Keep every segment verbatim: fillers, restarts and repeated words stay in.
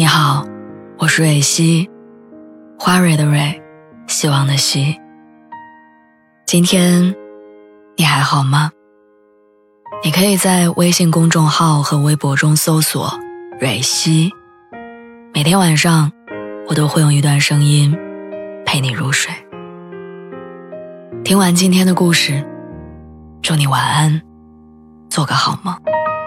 你好，我是蕊希，花蕊的蕊，希望的希。今天你还好吗？你可以在微信公众号和微博中搜索蕊希，每天晚上我都会用一段声音陪你入睡。听完今天的故事，祝你晚安，做个好梦。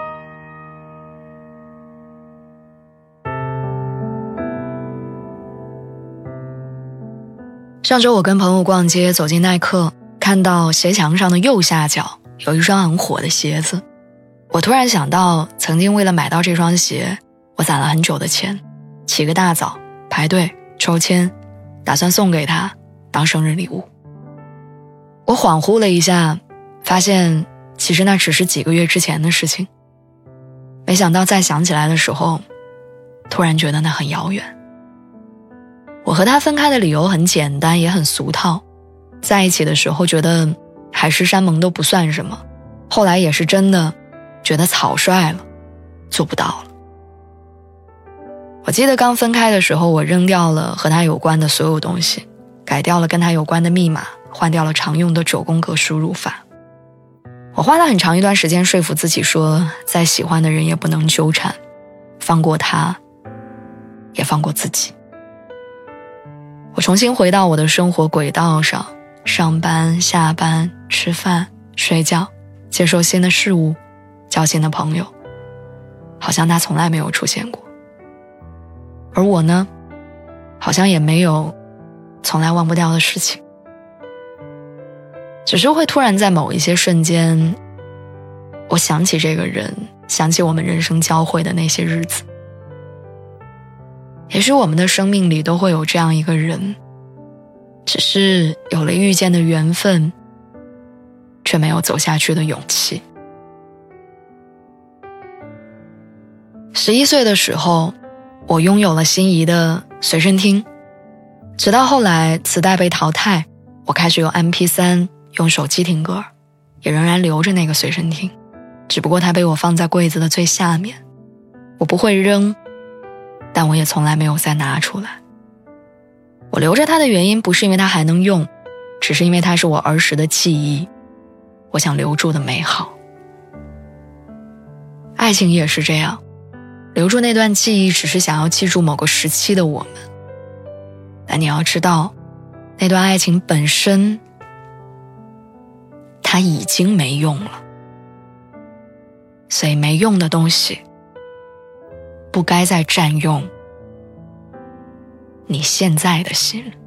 上周我跟朋友逛街，走进耐克，看到鞋墙上的右下角有一双很火的鞋子。我突然想到，曾经为了买到这双鞋，我攒了很久的钱，起个大早排队抽签，打算送给他当生日礼物。我恍惚了一下，发现其实那只是几个月之前的事情。没想到再想起来的时候，突然觉得那很遥远。我和他分开的理由很简单，也很俗套。在一起的时候觉得海誓山盟都不算什么，后来也是真的觉得草率了，做不到了。我记得刚分开的时候，我扔掉了和他有关的所有东西，改掉了跟他有关的密码，换掉了常用的九宫格输入法。我花了很长一段时间说服自己说，再喜欢的人也不能纠缠，放过他，也放过自己。我重新回到我的生活轨道上，上班、下班、吃饭、睡觉，接受新的事物，交新的朋友，好像他从来没有出现过。而我呢，好像也没有从来忘不掉的事情，只是会突然在某一些瞬间，我想起这个人，想起我们人生交汇的那些日子。也许我们的生命里都会有这样一个人，只是有了遇见的缘分，却没有走下去的勇气。十一岁的时候，我拥有了心仪的随身听，直到后来磁带被淘汰，我开始用 M P 三 用手机听歌，也仍然留着那个随身听，只不过它被我放在柜子的最下面。我不会扔，但我也从来没有再拿出来。我留着它的原因不是因为它还能用，只是因为它是我儿时的记忆，我想留住的美好。爱情也是这样，留住那段记忆只是想要记住某个时期的我们。但你要知道，那段爱情本身它已经没用了，所以没用的东西不该再占用你现在的心。